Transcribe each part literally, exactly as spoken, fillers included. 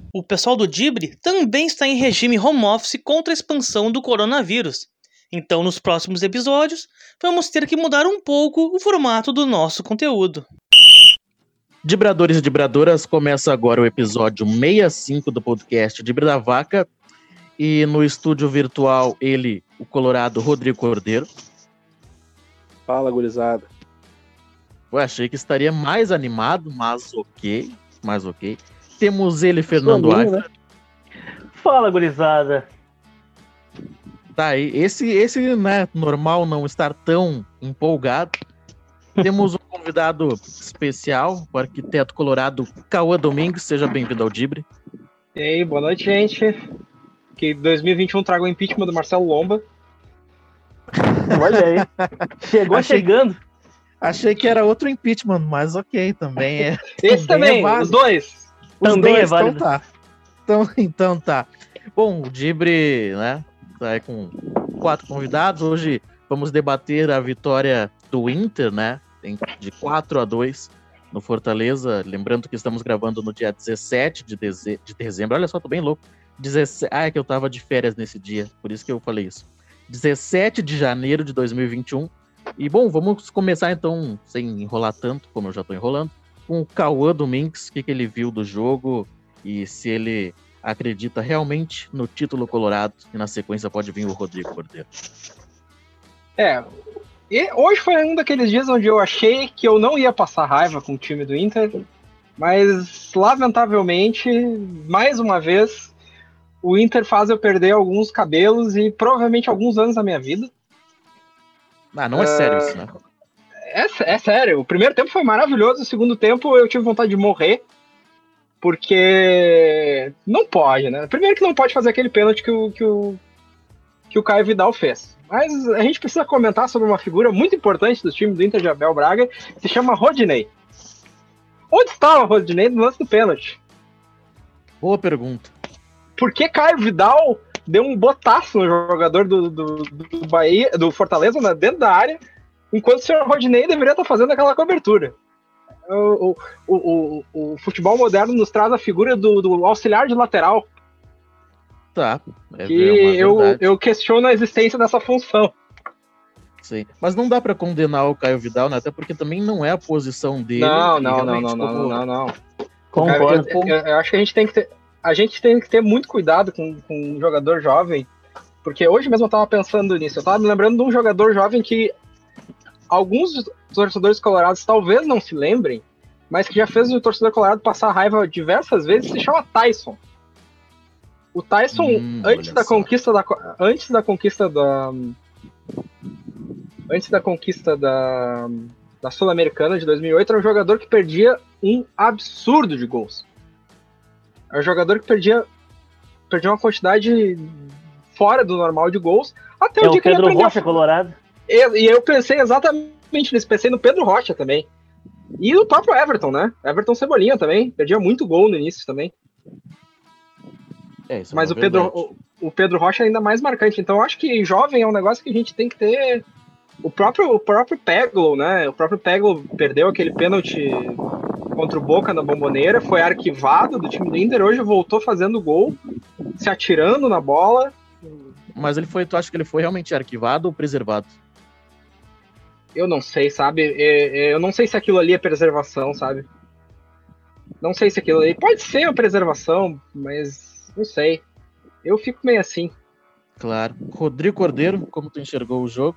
O pessoal do Dibre também está em regime home office contra a expansão do coronavírus. Então, nos próximos episódios, vamos ter que mudar um pouco o formato do nosso conteúdo. Dibradores e dibradoras, começa agora o episódio sessenta e cinco do podcast Dibre da Vaca. E no estúdio virtual, ele, o colorado Rodrigo Cordeiro. Fala, gurizada. Eu achei que estaria mais animado, mas ok, mas ok. Temos ele, Fernando Aifel. Né? Fala, gurizada. Tá aí, esse, esse, né, normal não estar tão empolgado. Temos um convidado especial, o arquiteto colorado Cauã Domingues. Seja bem-vindo ao Dibre. E aí, boa noite, gente. Que dois mil e vinte e um traga o impeachment do Marcelo Lomba. Olha aí. Chegou achei, chegando. Achei que era outro impeachment, mas ok, também é. Esse também, também é os dois. Os também dois, é válido. Então tá. Então, então tá. Bom, o Dibre, né, tá aí com quatro convidados. Hoje vamos debater a vitória do Inter, né, de quatro a dois no Fortaleza. Lembrando que estamos gravando no dia dezessete de, deze... de dezembro. Olha só, tô bem louco. dezessete... Ah, é que eu tava de férias nesse dia, por isso que eu falei isso. dezessete de janeiro de dois mil e vinte e um. E, bom, vamos começar, então, sem enrolar tanto, como eu já tô enrolando, com o Cauã Domingues, o que, que ele viu do jogo e se ele acredita realmente no título colorado. E, na sequência, pode vir o Rodrigo Cordeiro. É, e hoje foi um daqueles dias onde eu achei que eu não ia passar raiva com o time do Inter, mas, lamentavelmente, mais uma vez... o Inter faz eu perder alguns cabelos e provavelmente alguns anos da minha vida. Ah, não é uh, sério isso, né? É, é sério. O primeiro tempo foi maravilhoso, o segundo tempo eu tive vontade de morrer, porque não pode, né? Primeiro que não pode fazer aquele pênalti que o, que o, que o Caio Vidal fez. Mas a gente precisa comentar sobre uma figura muito importante do time do Inter de Abel Braga, que se chama Rodinei. Onde estava o Rodinei no lance do pênalti? Boa pergunta. Por que Caio Vidal deu um botaço no jogador do, do, do, Bahia, do Fortaleza, né, dentro da área, enquanto o senhor Rodinei deveria estar fazendo aquela cobertura? O, o, o, o, o futebol moderno nos traz a figura do, do auxiliar de lateral. Tá. É, que é eu, eu questiono a existência dessa função. Sim. Mas não dá para condenar o Caio Vidal, né? Até porque também não é a posição dele. Não, não, não, não, não, não, não. Concordo. Eu, eu, eu acho que a gente tem que ter. A gente tem que ter muito cuidado com, com um jogador jovem, porque hoje mesmo eu tava pensando nisso, eu tava me lembrando de um jogador jovem que alguns torcedores colorados talvez não se lembrem, mas que já fez o torcedor colorado passar raiva diversas vezes, se chama Tyson. O Tyson, hum, antes, da conquista da, antes da conquista da... Antes da conquista da, da Sul-Americana de dois mil e oito, era um jogador que perdia um absurdo de gols. É um jogador que perdia, perdia uma quantidade fora do normal de gols. Até é o dia o que Pedro ele aprendeu. Rocha colorado. E, e eu pensei exatamente nisso. Pensei no Pedro Rocha também. E no próprio Everton, né? Everton Cebolinha também. Perdia muito gol no início também. É, isso Mas é o, Pedro, o, o Pedro Rocha é ainda mais marcante. Então eu acho que jovem é um negócio que a gente tem que ter... O próprio, o próprio Peglo, né? O próprio Peglo perdeu aquele pênalti... contra o Boca na Bombonera, foi arquivado do time do Inter, hoje voltou fazendo gol, se atirando na bola. Mas ele foi, tu acha que ele foi realmente arquivado ou preservado? Eu não sei, sabe? Eu não sei se aquilo ali é preservação, sabe? Não sei se aquilo ali... Pode ser uma preservação, mas não sei. Eu fico meio assim. Claro. Rodrigo Cordeiro, como tu enxergou o jogo?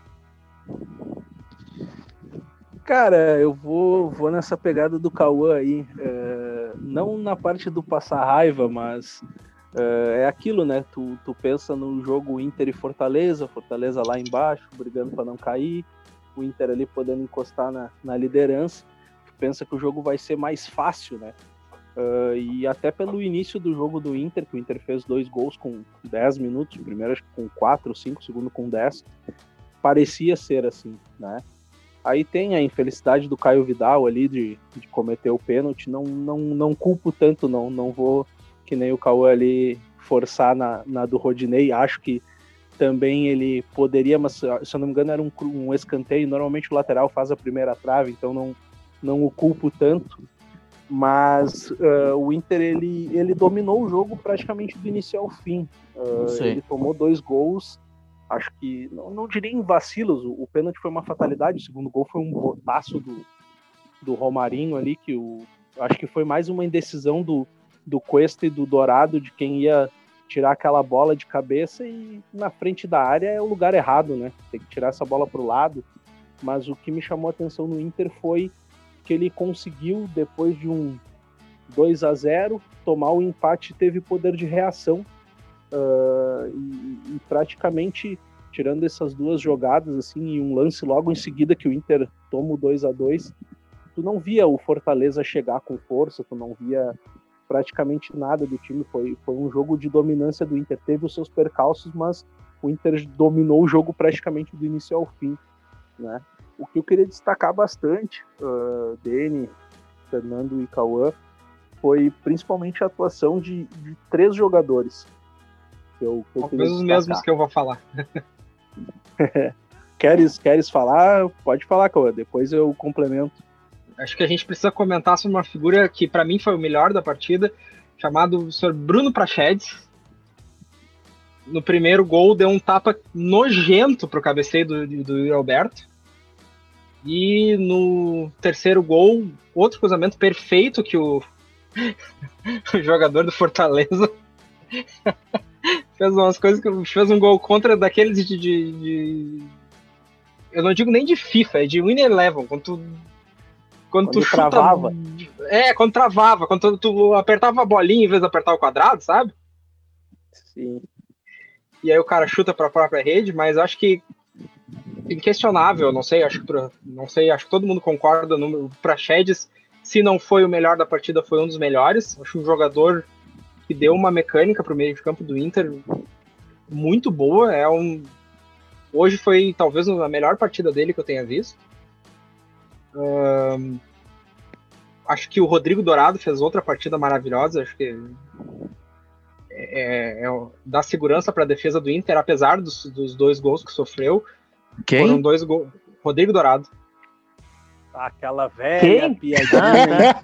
Cara, eu vou, vou nessa pegada do Cauã aí, é, não na parte do passar raiva, mas é, é aquilo, né? Tu, tu pensa no jogo Inter e Fortaleza, Fortaleza lá embaixo, brigando para não cair, o Inter ali podendo encostar na, na liderança, tu pensa que o jogo vai ser mais fácil, né? Uh, e até pelo início do jogo do Inter, que o Inter fez dois gols com dez minutos, o primeiro acho que com quatro ou cinco, o segundo com dez, parecia ser assim, né? Aí tem a infelicidade do Caio Vidal ali de, de cometer o pênalti, não, não, não culpo tanto, não, não vou, que nem o Cauã ali, forçar na, na do Rodinei, acho que também ele poderia, mas se eu não me engano era um, um escanteio, normalmente o lateral faz a primeira trave, então não, não o culpo tanto, mas uh, o Inter ele, ele dominou o jogo praticamente do início ao fim. Uh, ele tomou dois gols, acho que, não, não diria em vacilos, o, o pênalti foi uma fatalidade, o segundo gol foi um botaço do, do Romarinho ali, que o, acho que foi mais uma indecisão do, do Cuesta e do Dourado, de quem ia tirar aquela bola de cabeça, e na frente da área é o lugar errado, né? Tem que tirar essa bola pro lado. Mas o que me chamou a atenção no Inter foi que ele conseguiu, depois de um dois a zero, tomar o empate e teve poder de reação. Uh, e, e praticamente, tirando essas duas jogadas, assim, e um lance logo em seguida que o Inter toma o dois a dois, tu não via o Fortaleza chegar com força, tu não via praticamente nada do time. Foi, foi um jogo de dominância do Inter. Teve os seus percalços, mas o Inter dominou o jogo praticamente do início ao fim, né? O que eu queria destacar bastante, uh, Dene, Fernando e Cauã, foi principalmente a atuação de, de três jogadores. Que eu, que eu Talvez os mesmos que eu vou falar. queres, queres falar? Pode falar, Cauã, depois eu complemento. Acho que a gente precisa comentar sobre uma figura que para mim foi o melhor da partida, chamado senhor Bruno Praxedes. No primeiro gol deu um tapa nojento pro cabeceio do, do Yuri Alberto. E no terceiro gol, outro cruzamento perfeito que o, o jogador do Fortaleza fez umas coisas que fez um gol contra daqueles de, de, de eu não digo nem de FIFA, é de Winner Eleven, quando tu quando, quando tu chuta, travava. É, quando travava, quando tu, tu apertava a bolinha em vez de apertar o quadrado, sabe? Sim. E aí o cara chuta para a própria rede, mas acho que inquestionável, não sei, acho que não sei, acho que todo mundo concorda no Praxedes, se não foi o melhor da partida, foi um dos melhores. Acho um jogador que deu uma mecânica para o meio de campo do Inter muito boa. É um hoje foi talvez a melhor partida dele que eu tenha visto. Um, acho que o Rodrigo Dourado fez outra partida maravilhosa. Acho que é, é, dá segurança para a defesa do Inter, apesar dos, dos dois gols que sofreu. Quem? Foram dois gols. Rodrigo Dourado. Aquela velha Quem? piadinha.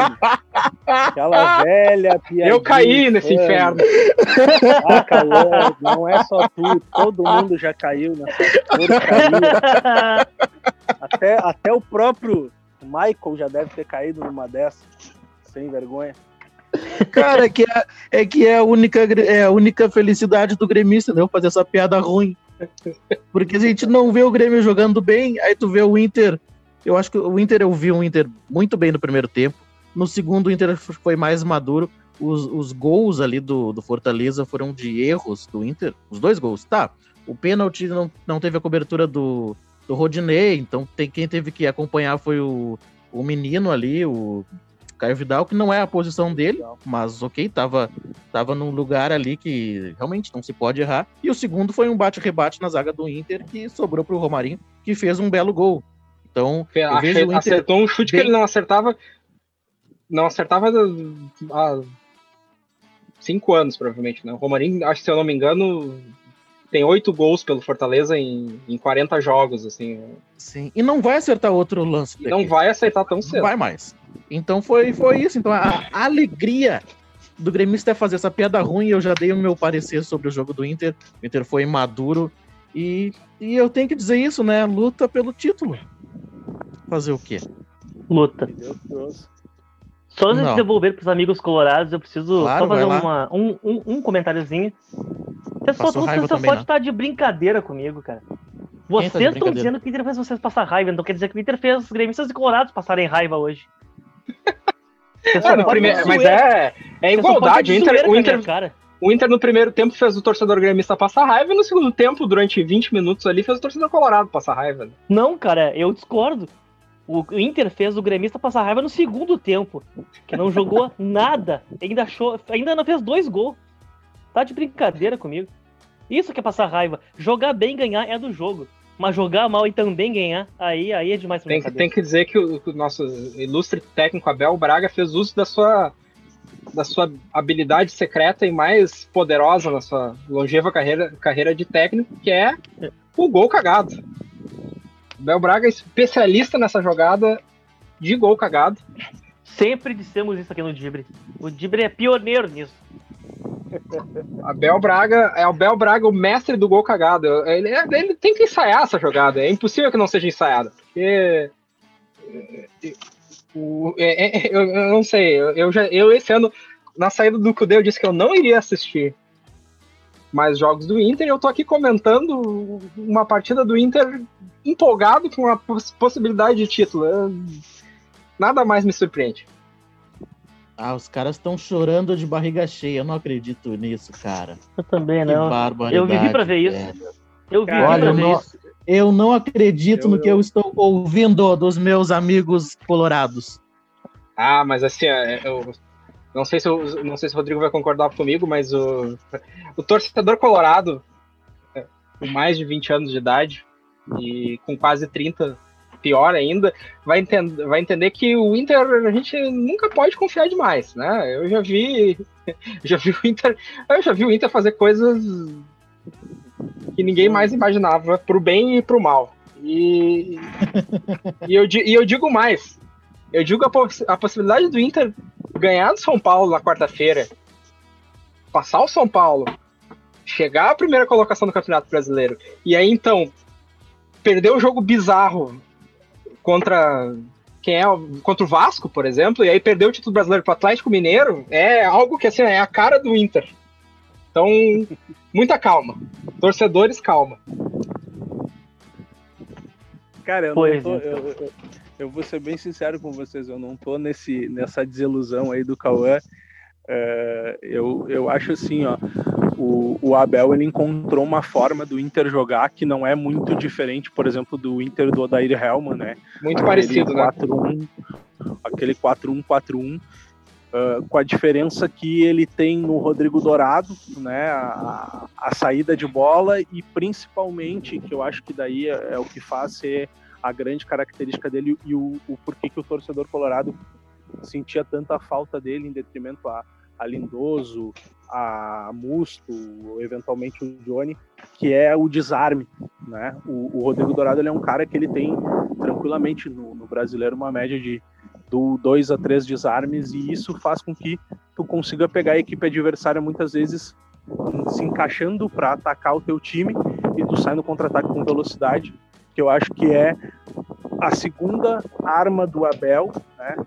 Aquela velha piadinha. Eu caí nesse inferno. Ah, Cauã, não é só tu, todo mundo já caiu nessa porcaria. Até, até o próprio Michael já deve ter caído numa dessas. Sem vergonha. Cara, é que é, é que é a única, é a única felicidade do gremista, né? Fazer essa piada ruim. Porque a gente não vê o Grêmio jogando bem, aí tu vê o Inter. Eu acho que o Inter, eu vi o Inter muito bem no primeiro tempo. No segundo, o Inter foi mais maduro. Os, os gols ali do, do Fortaleza foram de erros do Inter. Os dois gols, tá. O pênalti não, não teve a cobertura do, do Rodinei, então tem, quem teve que acompanhar foi o, o menino ali, o Caio Vidal, que não é a posição dele, mas ok, tava, tava num lugar ali que realmente não se pode errar. E o segundo foi um bate-rebate na zaga do Inter, que sobrou pro Romarinho, que fez um belo gol. Então, eu Achei, vejo o Inter acertou um chute bem... que ele não acertava não acertava há cinco anos, provavelmente, né? O Romarinho, acho que se eu não me engano, tem oito gols pelo Fortaleza em, em quarenta jogos, assim. Sim, e não vai acertar outro lance. E não vai acertar tão cedo. Não vai mais. Então foi, foi isso. Então a, a alegria do gremista é fazer essa piada ruim. Eu já dei o meu parecer sobre o jogo do Inter. O Inter foi maduro. E, e eu tenho que dizer isso, né? Luta pelo título. Fazer o quê? Luta. Só antes de Não. devolver pros amigos colorados, eu preciso Claro, só fazer vai lá. uma, um, um, um comentáriozinho. Vocês só Passou raiva vocês também, podem né? estar de brincadeira comigo, cara. Quem tá de Vocês estão brincadeira? dizendo que o Inter fez vocês passar raiva, então quer dizer que o Inter fez os gremistas e colorados passarem raiva hoje. Vocês só É, no podem primeiro, de mas zoeira. é, é Vocês só igualdade. O podem de Inter, zoeira o, com a Inter, minha cara. o Inter no primeiro tempo fez o torcedor gremista passar raiva e no segundo tempo, durante vinte minutos ali, fez o torcedor colorado passar raiva. Não, cara, eu discordo. O Inter fez o gremista passar raiva no segundo tempo, que não jogou nada, ainda, achou, ainda não fez dois gols. Tá de brincadeira comigo. Isso que é passar raiva. Jogar bem e ganhar é do jogo. Mas jogar mal e também ganhar, aí, aí é demais pra Tem minha que, cabeça. tem que dizer que o, o nosso ilustre técnico Abel Braga fez uso da sua, da sua habilidade secreta e mais poderosa na sua longeva carreira, carreira de técnico, que é o gol cagado. O Abel Braga é especialista nessa jogada de gol cagado. Sempre dissemos isso aqui no Dibre. O Dibre é pioneiro nisso. Abel Braga é o Abel Braga, o mestre do gol cagado. Ele, ele tem que ensaiar essa jogada. É impossível que não seja ensaiada. Porque. O, é, é, eu, eu não sei. Eu, já, eu, esse ano, na saída do Cudê, eu disse que eu não iria assistir mais jogos do Inter. E eu tô aqui comentando uma partida do Inter empolgado com a possibilidade de título. Eu, nada mais me surpreende. Ah, os caras estão chorando de barriga cheia. Eu não acredito nisso, cara. Eu também Que não. barbaridade. Eu vivi pra ver isso. velho. Eu vivi Cara, pra Olha, ver não- isso. Eu não acredito Eu- no que eu estou ouvindo dos meus amigos colorados. Ah, mas assim, eu não sei se eu, não sei se o Rodrigo vai concordar comigo, mas o, o torcedor colorado, com mais de vinte anos de idade e com quase trinta, pior ainda, vai entender, vai entender que o Inter a gente nunca pode confiar demais, né? Eu já vi, já vi o Inter, eu já vi o Inter fazer coisas que ninguém mais imaginava, pro bem e pro mal. E, e, eu, di- e eu digo mais. Eu digo a, poss- a possibilidade do Inter ganhar do São Paulo na quarta-feira, passar o São Paulo, chegar à primeira colocação do Campeonato Brasileiro, e aí então perder o jogo bizarro contra quem é o- contra o Vasco, por exemplo, e aí perder o título brasileiro para o Atlético Mineiro, é algo que assim é a cara do Inter. Então, muita calma. Torcedores, calma. Cara, eu, não Pois tô, é. eu, eu, eu vou ser bem sincero com vocês, eu não tô nesse, nessa desilusão aí do Cauã. É, eu, eu acho assim, ó, o, o Abel ele encontrou uma forma do Inter jogar que não é muito diferente, por exemplo, do Inter do Odair Hellmann, né? Muito Aquele parecido, né? quatro um, aquele quatro um quatro um, uh, com a diferença que ele tem no Rodrigo Dourado, né, a, a saída de bola e principalmente, que eu acho que daí é, é o que faz ser a grande característica dele e o, o porquê que o torcedor colorado sentia tanta falta dele em detrimento a, a Lindoso, a Musto, eventualmente o Johnny, que é o desarme, né? O, o Rodrigo Dourado ele é um cara que ele tem tranquilamente no, no brasileiro uma média de do dois a três desarmes e isso faz com que tu consiga pegar a equipe adversária muitas vezes se encaixando para atacar o teu time e tu sai no contra-ataque com velocidade, que eu acho que é a segunda arma do Abel, né?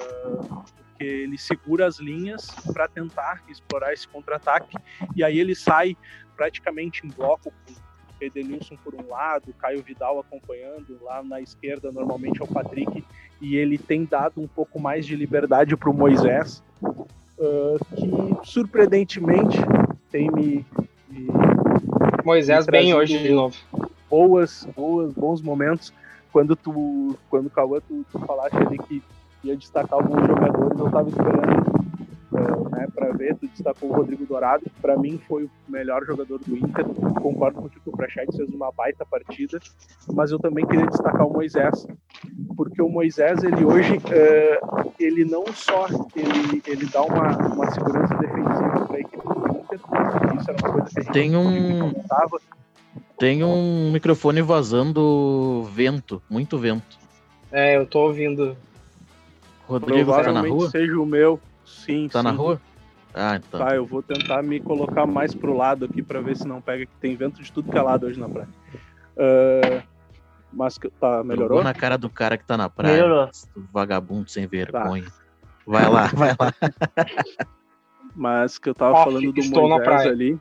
Uh, porque ele segura as linhas para tentar explorar esse contra-ataque e aí ele sai praticamente em bloco com Edenilson por um lado, Caio Vidal acompanhando, lá na esquerda normalmente é o Patrick, e ele tem dado um pouco mais de liberdade para o Moisés, uh, que surpreendentemente tem me, me Moisés me bem trazido hoje de novo. boas, boas, bons momentos. Quando tu, quando o Cauã, tu, tu falaste ali que ia destacar alguns jogadores, eu estava esperando uh, né, para ver, tu destacou o Rodrigo Dourado, que para mim foi o melhor jogador do Inter, concordo com que o Praxedes fez uma baita partida, mas eu também queria destacar o Moisés, porque o Moisés, ele hoje, uh, ele não só, ele, ele dá uma, uma segurança defensiva para a equipe do Inter, isso era uma coisa que a gente Tem um, comentava. tem um microfone vazando vento, muito vento. É, eu tô ouvindo. Rodrigo, tá na Provavelmente rua? seja o meu, sim, Tá sim. na rua? Ah, então. Tá, eu vou tentar me colocar mais pro lado aqui pra ver se não pega, que tem vento de tudo que é lado hoje na praia. Uh, mas que- tá, melhorou? Jogou na cara do cara que tá na praia. Melhorou. Vagabundo sem vergonha. Vai lá, vai lá. Mas que eu tava Ah, falando do estou na Moisés praia. ali.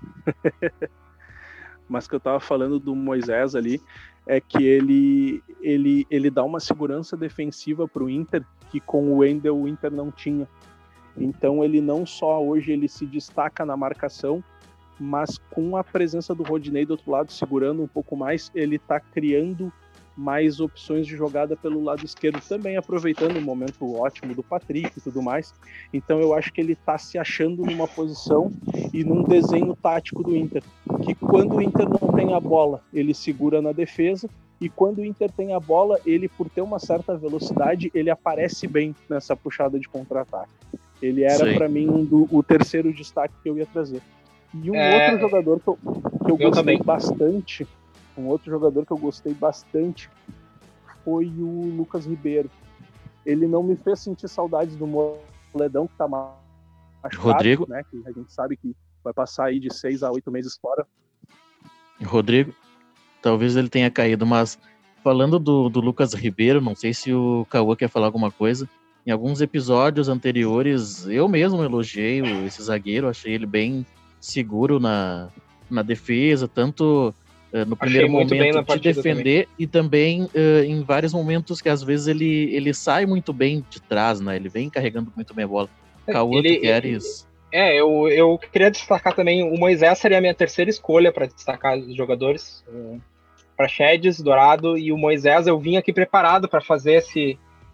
Mas que eu tava falando do Moisés ali é que ele, ele, ele dá uma segurança defensiva pro Inter que com o Wendel o Inter não tinha. Então ele não só hoje ele se destaca na marcação, mas com a presença do Rodinei do outro lado segurando um pouco mais, ele tá criando mais opções de jogada pelo lado esquerdo, também aproveitando o momento ótimo do Patrick e tudo mais. Então eu acho que ele está se achando numa posição e num desenho tático do Inter, que quando o Inter não tem a bola, ele segura na defesa, e quando o Inter tem a bola, ele, por ter uma certa velocidade, ele aparece bem nessa puxada de contra-ataque. Ele era, Sim. para mim, um do, o terceiro destaque que eu ia trazer. E um É, outro jogador que eu, que eu eu gostei também. bastante, um outro jogador que eu gostei bastante foi o Lucas Ribeiro. ele não me fez sentir saudades do Moledão, que tá machucado, Rodrigo? Né? Que a gente sabe que vai passar aí de seis a oito meses fora. Rodrigo, talvez ele tenha caído, mas falando do, do Lucas Ribeiro, não sei se o Cauã quer falar alguma coisa. Em alguns episódios anteriores, eu mesmo elogiei o- esse zagueiro, achei ele bem seguro na, na defesa, tanto eh, no primeiro muito bem momento na de partida defender e também eh, em vários momentos que às vezes ele, ele sai muito bem de trás, né? Ele vem carregando muito bem a bola. Cauã, Ele- tu queres... É, eu, eu queria destacar também, o Moisés seria a minha terceira escolha para destacar os jogadores. Para Chedes, Dourado e o Moisés, eu vim aqui preparado para fazer esse,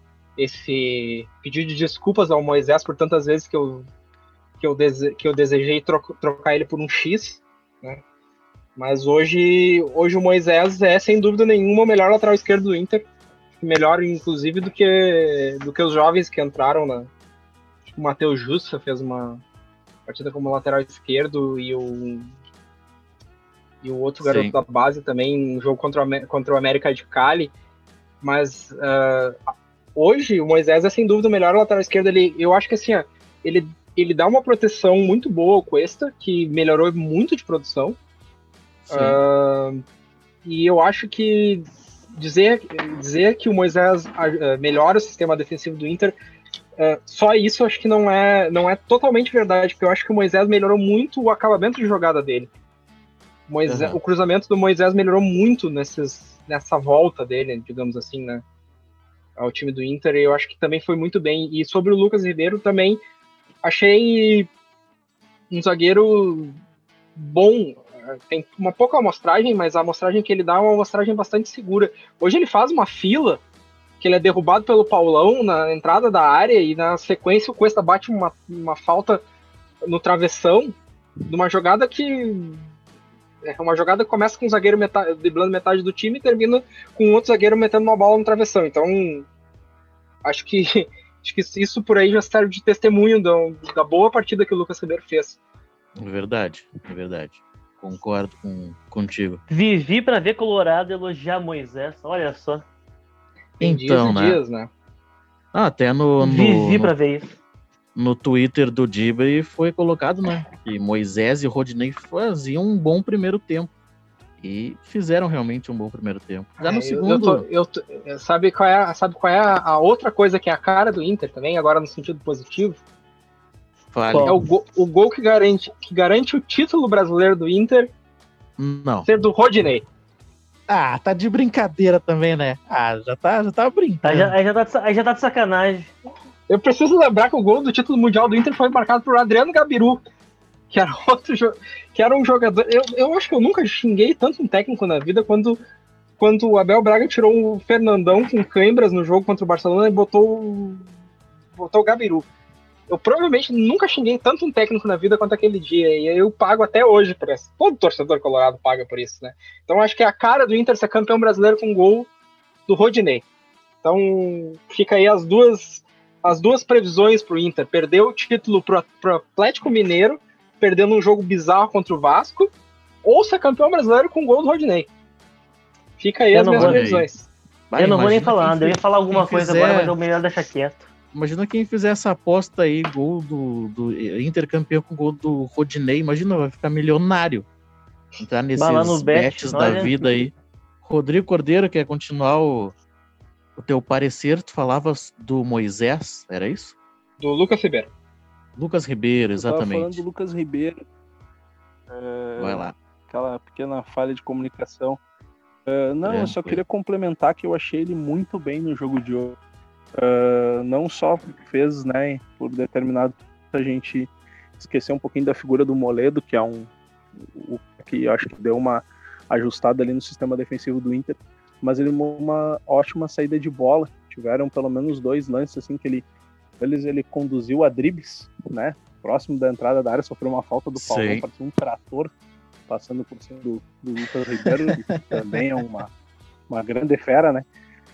esse pedido de desculpas ao Moisés por tantas vezes que eu, que eu, dese, que eu desejei tro, trocar ele por um X, né? Mas hoje, hoje o Moisés é, sem dúvida nenhuma, o melhor lateral esquerdo do Inter. Melhor, inclusive, do que, do que os jovens que entraram na... O Matheus Jussa fez uma partida como lateral esquerdo e o e o outro garoto Sim. da base também, um jogo contra o, contra o América de Cali. Mas uh, hoje o Moisés é sem dúvida o melhor lateral esquerdo. Ele, eu acho que assim, ó, ele, ele dá uma proteção muito boa ao Cuesta, que melhorou muito de produção. Uh, e eu acho que dizer, dizer que o Moisés uh, melhora o sistema defensivo do Inter, uh, só isso eu acho que não é, não é totalmente verdade, porque eu acho que o Moisés melhorou muito o acabamento de jogada dele. Moisés, Uhum. O cruzamento do Moisés melhorou muito nesses, nessa volta dele, digamos assim, né, ao time do Inter, e eu acho que também foi muito bem. E sobre o Lucas Ribeiro também, achei um zagueiro bom. Tem uma pouca amostragem, mas a amostragem que ele dá é uma amostragem bastante segura. Hoje ele faz uma fila, que ele é derrubado pelo Paulão na entrada da área, e na sequência o Cuesta bate uma, uma falta no travessão, de uma jogada que... É uma jogada que começa com um zagueiro metade, driblando metade do time e termina com outro zagueiro metendo uma bola no travessão. Então, acho que, acho que isso por aí já serve de testemunho da, da boa partida que o Lucas Ribeiro fez. É verdade, é verdade. Concordo com, contigo. Vivi pra ver Colorado elogiar Moisés, olha só. Tem Então, dias e né? dias, né? Ah, até no, no, Vivi no, pra ver isso. no Twitter do Dibre foi colocado, né? Que Moisés e Rodinei faziam um bom primeiro tempo. E fizeram realmente um bom primeiro tempo. Já no É, eu- segundo. Eu tô, eu tô, sabe, qual é, sabe qual é a, a outra coisa que é a cara do Inter também, agora no sentido positivo? Fale. É o, go, o gol que garante, que garante o título brasileiro do Inter Não. ser do Rodinei. Ah, tá de brincadeira também, né? Ah, já tá, já tá Aí brincando. já, aí já tá de, sa- aí já tá de sacanagem. Eu preciso lembrar que o gol do título mundial do Inter foi marcado por Adriano Gabiru, que era outro jo- que era um jogador. Eu, eu acho que eu nunca xinguei tanto um técnico na vida quando, quando o Abel Braga tirou o Fernandão com câimbras no jogo contra o Barcelona e botou, o- botou o Gabiru. Eu provavelmente nunca xinguei tanto um técnico na vida quanto aquele dia, e eu pago até hoje por isso. Todo torcedor colorado paga por isso, né? Então acho que é a cara do Inter ser campeão brasileiro com gol do Rodinei. Então fica aí as duas, as duas previsões pro Inter. Perdeu o título pro, pro Atlético Mineiro, perdendo um jogo bizarro contra o Vasco, ou ser campeão brasileiro com gol do Rodinei. Fica aí Eu as não minhas vou- previsões. Vai, eu não vou nem imagina falar quem nada, eu ia fi- falar alguma quem coisa fizer- agora, mas é melhor deixar quieto. Imagina quem fizer essa aposta aí, gol do, do Inter campeão com gol do Rodinei. Imagina, vai ficar milionário. Entrar nesses Vai lá no bet, bets da olha. vida aí. Rodrigo Cordeiro, quer continuar o, o teu parecer? Tu falavas do Moisés, era isso? Do Lucas Ribeiro. Lucas Ribeiro, Eu tava falando exatamente. do Lucas Ribeiro. É, Vai lá. aquela pequena falha de comunicação. É, não, eu só Tranquilo. queria complementar que eu achei ele muito bem no jogo de hoje. É, não só fez, né, por determinado a gente esquecer um pouquinho da figura do Moledo, que é um o que eu acho que deu uma ajustada ali no sistema defensivo do Inter, mas ele deu uma ótima saída de bola. Tiveram pelo menos dois lances assim que ele eles ele conduziu a dribles, né? Próximo da entrada da área, sofreu uma falta do Paulão, Sim. parecia um trator passando por cima do, do Lucas Ribeiro, que também é uma, uma grande fera, né?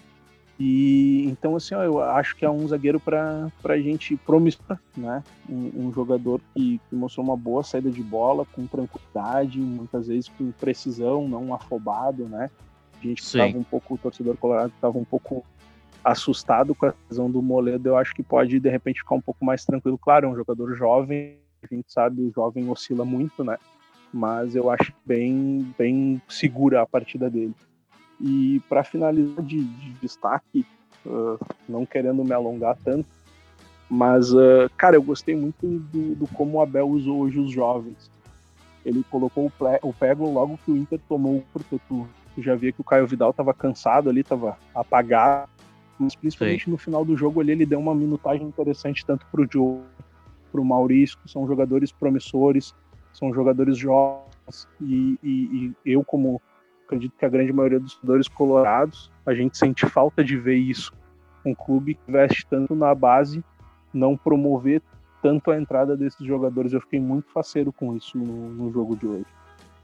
E então, assim, ó, eu acho que é um zagueiro para a gente promissor, né? Um, um jogador que, que mostrou uma boa saída de bola, com tranquilidade, muitas vezes com precisão, não afobado, né? A gente Sim. estava um pouco, o torcedor colorado estava um pouco assustado com a lesão do Moledo. Eu acho que pode, de repente, ficar um pouco mais tranquilo. Claro, é um jogador jovem, a gente sabe, o jovem oscila muito, né? Mas eu acho bem, bem segura a partida dele. E para finalizar de, de destaque, uh, não querendo me alongar tanto, mas, uh, cara, eu gostei muito do, do como o Abel usou hoje os jovens. Ele colocou o, ple, o Peglo logo que o Inter tomou, porque tu, tu já via que o Caio Vidal estava cansado ali, estava apagado, mas principalmente Sim. no final do jogo ali, ele deu uma minutagem interessante tanto para o Diogo, para o Maurício, que são jogadores promissores, são jogadores jovens, e, e, e eu, como acredito que a grande maioria dos jogadores colorados, a gente sente falta de ver isso. Um clube que investe tanto na base, não promover tanto a entrada desses jogadores. Eu fiquei muito faceiro com isso no, no jogo de hoje.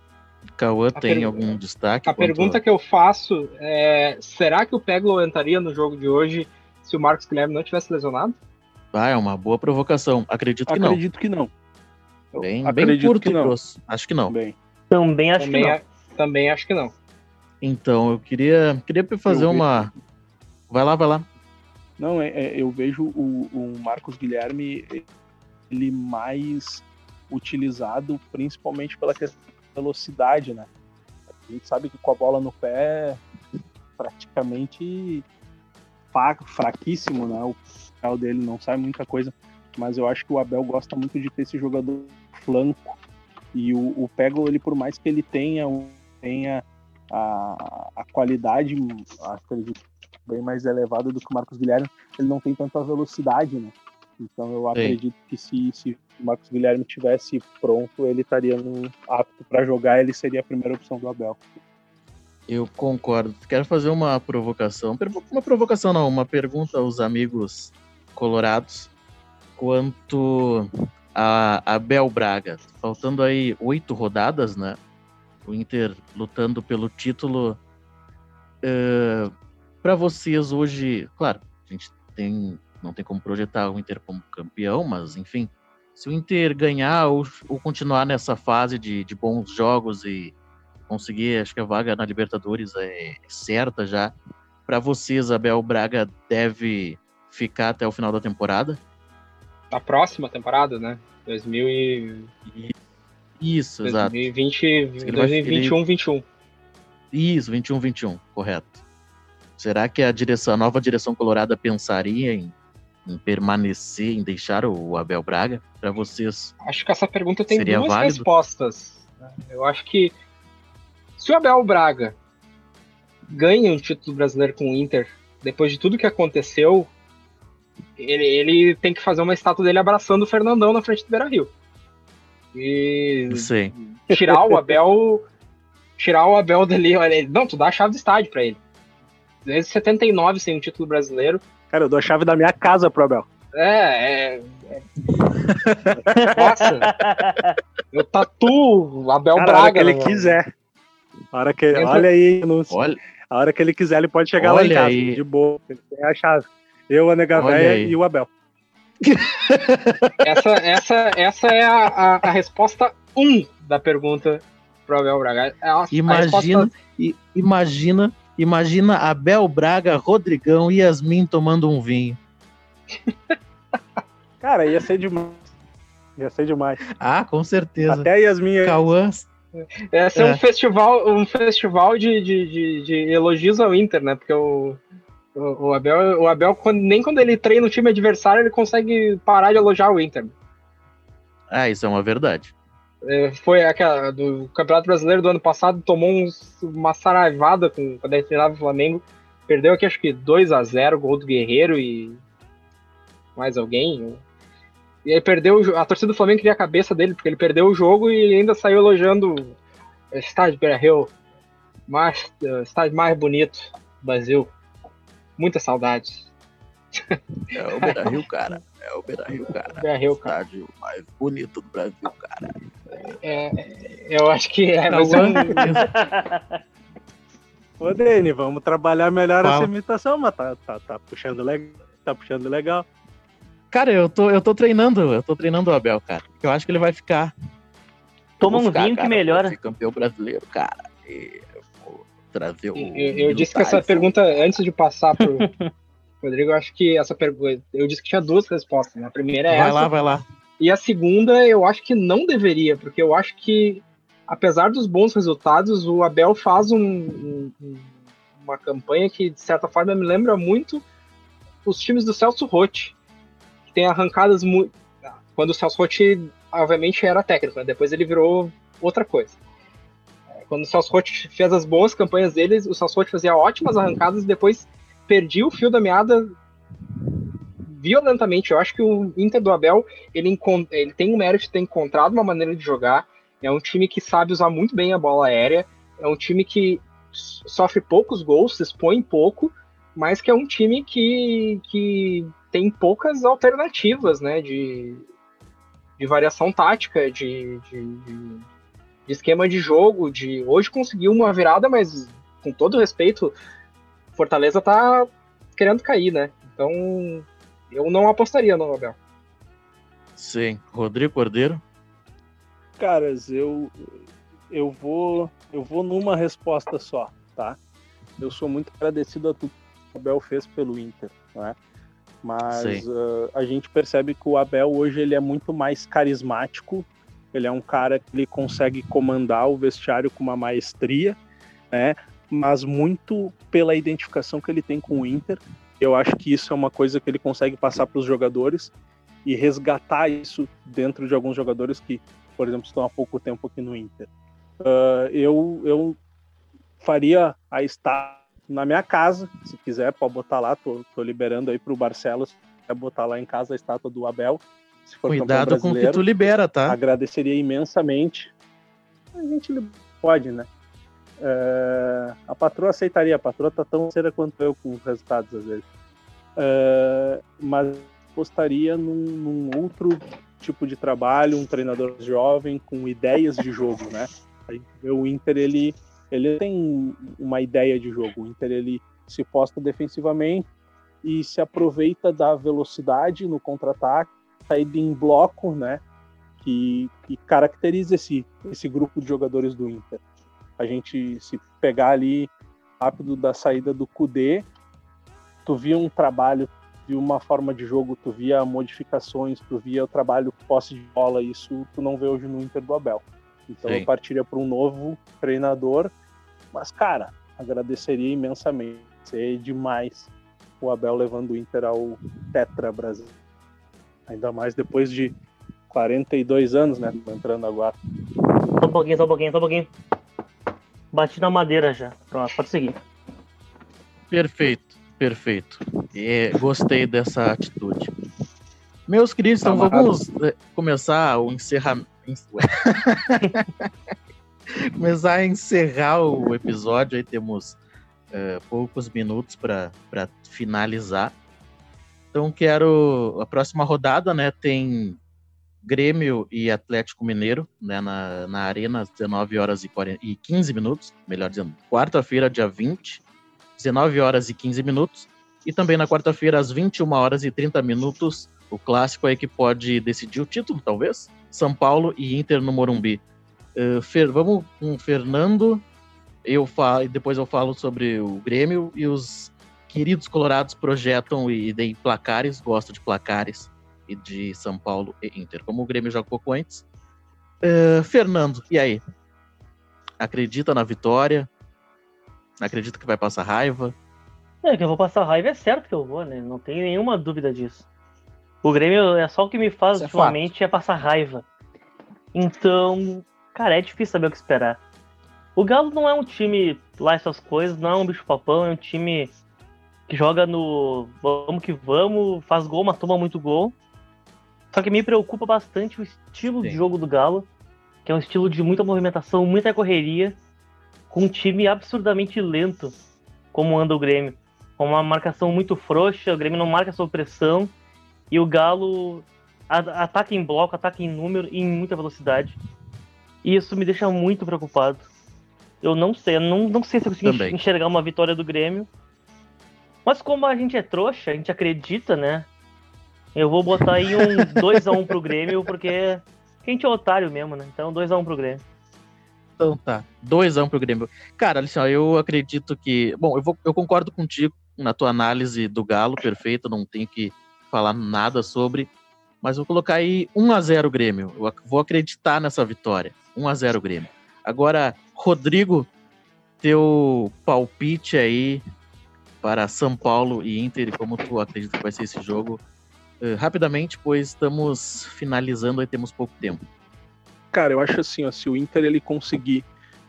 Cauã tem per... algum destaque? A quanto... pergunta que eu faço é: será que o Peglo entraria no jogo de hoje se o Marcos Guilherme não tivesse lesionado? Ah, é uma boa provocação. Acredito que não. Acredito que não. Bem, bem curto e grosso. Acho que não. Bem. Também acho também que não. A... Também acho que não. Então, eu queria, queria fazer eu uma... Vejo... Vai lá, vai lá. Não, é, é, eu vejo o, o Marcos Guilherme ele mais utilizado principalmente pela questão da velocidade, né? A gente sabe que com a bola no pé praticamente fraquíssimo, né? O pé dele não sai muita coisa, mas eu acho que o Abel gosta muito de ter esse jogador flanco, e o, o Peglo, ele, por mais que ele tenha, tenha a, a qualidade, acredito, bem mais elevada do que o Marcos Guilherme, ele não tem tanta velocidade, né? Então eu acredito Sim. que se, se o Marcos Guilherme tivesse pronto, ele estaria no, apto para jogar, ele seria a primeira opção do Abel. Eu concordo. Quero fazer uma provocação. Uma provocação não, uma pergunta aos amigos colorados quanto a Abel Braga. Faltando aí oito rodadas, né? O Inter lutando pelo título. Uh, para vocês hoje, claro, a gente tem, não tem como projetar o Inter como campeão, mas enfim, se o Inter ganhar ou, ou continuar nessa fase de, de bons jogos e conseguir, acho que a vaga na Libertadores é certa já, para vocês, Abel Braga deve ficar até o final da temporada? A próxima temporada, né? dois mil e... Isso, exato. dois mil e vinte, dois mil e vinte e um, vinte e um. Isso, vinte e um, vinte e um, correto. Será que a direção, a nova direção colorada pensaria em, em permanecer, em deixar o Abel Braga? Para vocês, acho que essa pergunta tem duas válido? respostas. Eu acho que se o Abel Braga ganha um título brasileiro com o Inter, depois de tudo que aconteceu, ele, ele tem que fazer uma estátua dele abraçando o Fernandão na frente do Beira-Rio. E Sim. tirar o Abel, tirar o Abel dali, olha, não, tu dá a chave do estádio para ele. Desde setenta e nove sem um título brasileiro. Cara, eu dou a chave da minha casa pro Abel. É, é... é... Nossa! Eu tatuo o Abel Cara, Braga. A hora que ele né, quiser. A hora que... Entra... Olha aí, olha... a hora que ele quiser, ele pode chegar olha lá em casa, aí. de boa. Ele tem a chave. Eu, a Nega Véia e o Abel. Essa, essa, essa é a, a, a resposta um da pergunta pro Abel Braga. A, imagina, a resposta... i, imagina... Imagina Abel Braga, Rodrigão e Yasmin tomando um vinho. Cara, ia ser demais. Ia ser demais. Ah, com certeza. Até a Yasmin... Cauã. Ia ser é. um festival, um festival de, de, de, de elogios ao Inter, né? Porque o, o, o Abel, o Abel quando, nem quando ele treina o time adversário, ele consegue parar de elogiar o Inter. Ah, isso é uma verdade. Foi aquela do Campeonato Brasileiro do ano passado, tomou uns, uma saraivada com, quando ele treinava o Flamengo, perdeu aqui acho que dois a zero, gol do Guerreiro e mais alguém, e aí perdeu, a torcida do Flamengo queria a cabeça dele, porque ele perdeu o jogo e ainda saiu elogiando o estádio Beira-Rio, mais, estádio mais bonito do Brasil, muita saudade. É o Beira-Rio, cara. É o Beira-Rio, cara. Beira-Rio, cara. Estádio mais bonito do Brasil, cara. É, eu acho que é, mas Não, um... Ô, Deni, vamos trabalhar melhor Fala. essa imitação, mas tá, tá, tá puxando legal. Tá puxando legal. Cara, eu tô, eu tô treinando, eu tô treinando o Abel, cara. Eu acho que ele vai ficar. Toma Vou um ficar, vinho cara, que melhora. Vou ser campeão brasileiro, cara. E eu vou trazer o. Eu, eu disse que essa pergunta, antes de passar pro, Rodrigo, eu acho que essa pergunta... Eu disse que tinha duas respostas, né? A primeira é Vai essa. lá, vai lá. E a segunda, eu acho que não deveria, porque eu acho que, apesar dos bons resultados, o Abel faz um, um, uma campanha que, de certa forma, me lembra muito os times do Celso Roth, que tem arrancadas muito... Quando o Celso Roth, obviamente, era técnico, né? Depois ele virou outra coisa. Quando o Celso Roth fez as boas campanhas dele, o Celso Roth fazia ótimas arrancadas e depois perdia o fio da meada violentamente. Eu acho que o Inter do Abel, ele, ele tem o mérito de ter encontrado uma maneira de jogar. É um time que sabe usar muito bem a bola aérea. É um time que sofre poucos gols, se expõe pouco, mas que é um time que, que tem poucas alternativas, né, de, de variação tática, de, de, de esquema de jogo. De hoje conseguiu uma virada, mas com todo respeito, Fortaleza tá querendo cair, né? Então eu não apostaria no Abel. Sim. Rodrigo Cordeiro? Caras, eu, eu, vou, eu vou numa resposta só, tá? Eu sou muito agradecido a tudo que o Abel fez pelo Inter, né? Mas uh, a gente percebe que o Abel hoje ele é muito mais carismático, ele é um cara que ele consegue comandar o vestiário com uma maestria, né? Mas muito pela identificação que ele tem com o Inter. Eu acho que isso é uma coisa que ele consegue passar para os jogadores e resgatar isso dentro de alguns jogadores que, por exemplo, estão há pouco tempo aqui no Inter. Uh, eu, eu faria a estátua na minha casa, se quiser, pode botar lá, tô, tô liberando aí para o Barcelos, é botar lá em casa a estátua do Abel. Se for Cuidado com o que tu libera, tá? Agradeceria imensamente. A gente pode, né? Uh, a patroa aceitaria, a patroa tá tão séria quanto eu com os resultados às vezes. Uh, mas apostaria num, num outro tipo de trabalho, um treinador jovem com ideias de jogo, né? A gente vê o Inter, ele, ele tem uma ideia de jogo. O Inter, ele se posta defensivamente e se aproveita da velocidade no contra-ataque, saída em bloco, né? Que, que caracteriza esse, esse grupo de jogadores do Inter. A gente se pegar ali rápido da saída do Kudê, tu via um trabalho, tu via uma forma de jogo, tu via modificações, tu via o trabalho posse de bola, isso tu não vê hoje no Inter do Abel. Então Sim. eu partiria para um novo treinador, mas cara, agradeceria imensamente, seria demais o Abel levando o Inter ao Tetra Brasil. Ainda mais depois de quarenta e dois anos, né, entrando agora. Só um pouquinho, só um pouquinho, só um pouquinho. Bati na madeira já. Pronto, pode seguir. Perfeito, perfeito. E gostei dessa atitude. Meus queridos, então vamos começar o encerramento. começar a encerrar o episódio. Aí temos uh, poucos minutos para finalizar. Então quero... A próxima rodada, né, tem Grêmio e Atlético Mineiro, né, na, na Arena, às dezenove horas e, quarenta, e quinze minutos, melhor dizendo, quarta-feira, dia vinte, dezenove horas e quinze minutos, e também na quarta-feira, às vinte e uma horas e trinta minutos, o clássico aí que pode decidir o título, talvez, São Paulo e Inter no Morumbi. Uh, Fer, vamos com o Fernando, eu falo, e depois eu falo sobre o Grêmio, e os queridos colorados projetam e deem placares, gosto de placares, e de São Paulo e Inter. Como o Grêmio joga um pouco antes. Uh, Fernando, e aí? Acredita na vitória? Acredita que vai passar raiva? É, que eu vou passar raiva, é certo que eu vou, né? Não tenho nenhuma dúvida disso. O Grêmio é só o que me faz Isso ultimamente é, é passar raiva. Então, cara, é difícil saber o que esperar. O Galo não é um time lá essas coisas, não é um bicho-papão, é um time que joga no vamos que vamos, faz gol, mas toma muito gol. Só que me preocupa bastante o estilo Sim. de jogo do Galo, que é um estilo de muita movimentação, muita correria, com um time absurdamente lento, como anda o Grêmio. Com uma marcação muito frouxa, o Grêmio não marca sob pressão, e o Galo a- ataca em bloco, ataca em número e em muita velocidade. E isso me deixa muito preocupado. Eu não sei, eu não, não sei se eu consigo Também. enxergar uma vitória do Grêmio. Mas como a gente é trouxa, a gente acredita, né? Eu vou botar aí um dois a um pro Grêmio, porque a gente é otário mesmo, né? Então dois a um pro Grêmio. Então tá, dois a um pro Grêmio. Cara, assim, ó, eu acredito que... Bom, eu, vou, eu concordo contigo na tua análise do Galo, perfeita, não tenho que falar nada sobre, mas vou colocar aí um a zero Grêmio. Eu vou acreditar nessa vitória. um a zero Grêmio. Agora, Rodrigo, teu palpite aí para São Paulo e Inter, como tu acredita que vai ser esse jogo? Uh, rapidamente, pois estamos finalizando e temos pouco tempo. Cara, eu acho assim, ó, se o Inter ele conseguir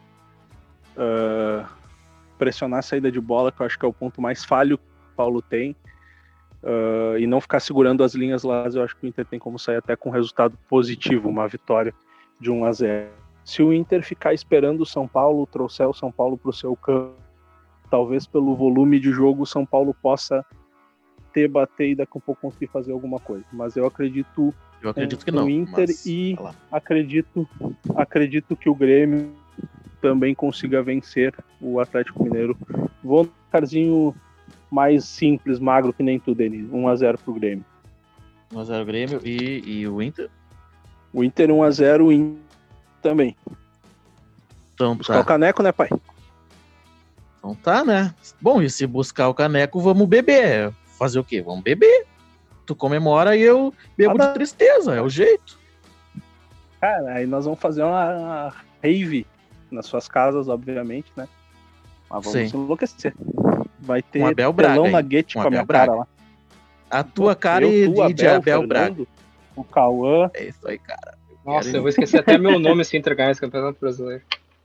uh, pressionar a saída de bola, que eu acho que é o ponto mais falho que o Paulo tem, uh, e não ficar segurando as linhas lá, eu acho que o Inter tem como sair até com resultado positivo, uma vitória de um a zero. Se o Inter ficar esperando o São Paulo, trouxer o São Paulo para o seu campo, talvez pelo volume de jogo o São Paulo possa ter, bater e daqui a pouco conseguir fazer alguma coisa. Mas eu acredito, eu acredito que no não, Inter mas... e acredito, acredito que o Grêmio também consiga vencer o Atlético Mineiro. Vou no carzinho mais simples, magro, que nem tu, Denis. um a zero pro Grêmio. um a zero Grêmio e, e o Inter? O Inter um a zero, o Inter também. Então buscar tá. o caneco, né, pai? Então tá, né? Bom, e se buscar o caneco, vamos beber. Fazer o quê? Vamos beber. Tu comemora e eu bebo ah, de tristeza, é o jeito. Cara, aí nós vamos fazer uma, uma rave nas suas casas, obviamente, né? Mas vamos Sim. se enlouquecer. Vai ter um Abel telão Braga, na guete um com a minha Abel Braga. cara lá. A tua cara eu, e tu, de, Abel, de Abel Fernando, Braga. O Cauã. É isso aí, cara. Nossa, eu vou esquecer até meu nome se entregar esse Campeonato Brasileiro.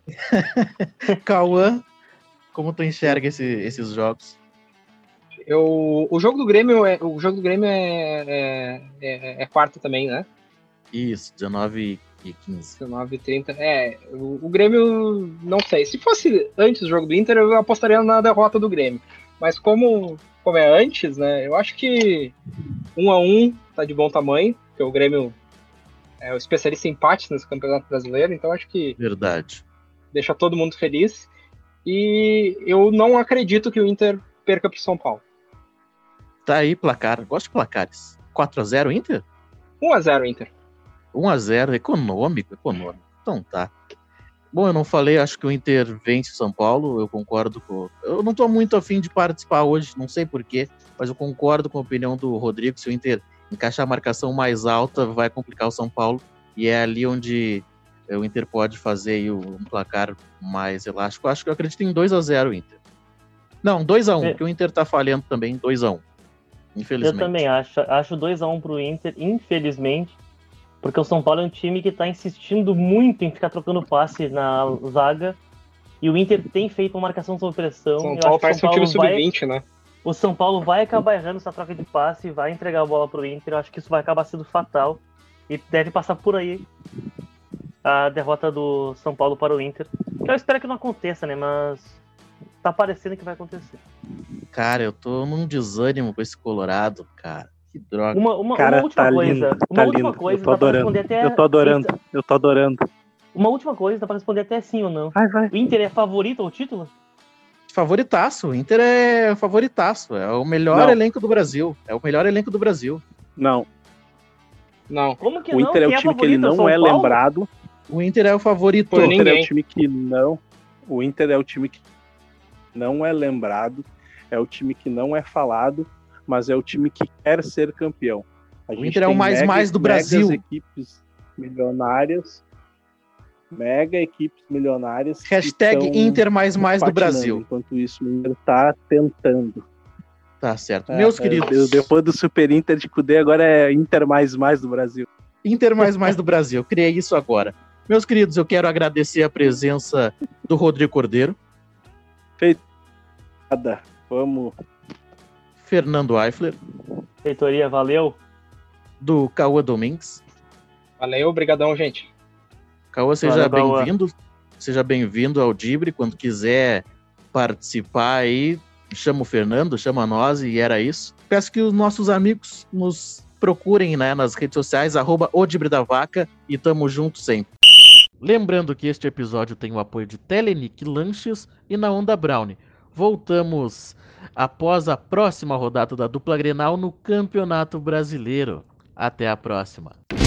Cauã, como tu enxerga esse, esses jogos? Eu, o jogo do Grêmio é, o jogo do Grêmio é, é, é, é quarta também, né? Isso, dezenove e quinze. dezenove e trinta. É, o, o Grêmio, não sei. Se fosse antes do jogo do Inter, eu apostaria na derrota do Grêmio. Mas como, como é antes, né? Eu acho que um a um tá de bom tamanho, porque o Grêmio é o especialista em empates nesse Campeonato Brasileiro, então acho que Verdade. deixa todo mundo feliz. E eu não acredito que o Inter perca pro São Paulo. Tá aí, placar. Gosto de placares. quatro a zero Inter? um a zero Inter. um a zero, econômico, econômico. Então tá. Bom, eu não falei, acho que o Inter vence o São Paulo, eu concordo com... Eu não tô muito afim de participar hoje, não sei porquê, mas eu concordo com a opinião do Rodrigo, se o Inter encaixar a marcação mais alta, vai complicar o São Paulo, e é ali onde o Inter pode fazer aí um placar mais elástico. Acho que eu acredito em dois a zero Inter. Não, dois a um, É. porque o Inter tá falhando também, dois a um. Infelizmente. Eu também acho. Acho dois a um pro Inter, infelizmente. Porque o São Paulo é um time que tá insistindo muito em ficar trocando passe na zaga. E o Inter tem feito uma marcação sob pressão. São Eu Paulo acho que o parece São um time Paulo vai- sub vinte, né? O São Paulo vai acabar errando essa troca de passe e vai entregar a bola pro Inter. Eu acho que isso vai acabar sendo fatal. E deve passar por aí a derrota do São Paulo para o Inter. Que eu espero que não aconteça, né? Mas tá parecendo que vai acontecer. Cara, eu tô num desânimo com esse Colorado, cara. Que droga. Uma, uma, Cara, uma última tá coisa. lindo, uma tá última lindo. coisa, Eu tô dá pra adorando. responder até. Eu tô adorando, eu tô adorando. Uma última coisa, dá pra responder até sim ou não. Vai, vai. O Inter é favorito ao título? Favoritaço, o Inter é favoritaço. É o melhor Não. elenco do Brasil. É o melhor elenco do Brasil. Não, Não. Como que o não? Inter é Quem o time que ele favorito? não São é Paulo? lembrado. O Inter é o favorito. Por O Inter é ninguém. o time que não. O Inter é o time que não é lembrado, é o time que não é falado, mas é o time que quer ser campeão. A O gente Inter é o tem mais- mais do megas Brasil. equipes milionárias, mega equipes milionárias. que Hashtag tão Inter mais mais do patinando. Brasil. Enquanto isso, o Inter tá tentando. Tá certo. É, Meus é, queridos, Depois do Super Inter de Cudê, agora é Inter mais mais do Brasil. Inter mais mais do Brasil. Eu criei isso agora. Meus queridos, eu quero agradecer a presença do Rodrigo Cordeiro, Nada. Vamos. Fernando Eifler, Feitoria, valeu. do Cauã Domingues. Valeu, obrigadão, gente. Cauã, seja Valeu, Cauã. bem-vindo. Seja bem-vindo ao Dibre. Quando quiser participar aí, chama o Fernando, chama nós e era isso. Peço que os nossos amigos nos procurem, né, nas redes sociais, arroba o Dibre da Vaca, e tamo junto sempre. Lembrando que este episódio tem o apoio de Telenic Lanches e na Onda Brownie. Voltamos após a próxima rodada da dupla Grenal no Campeonato Brasileiro. Até a próxima.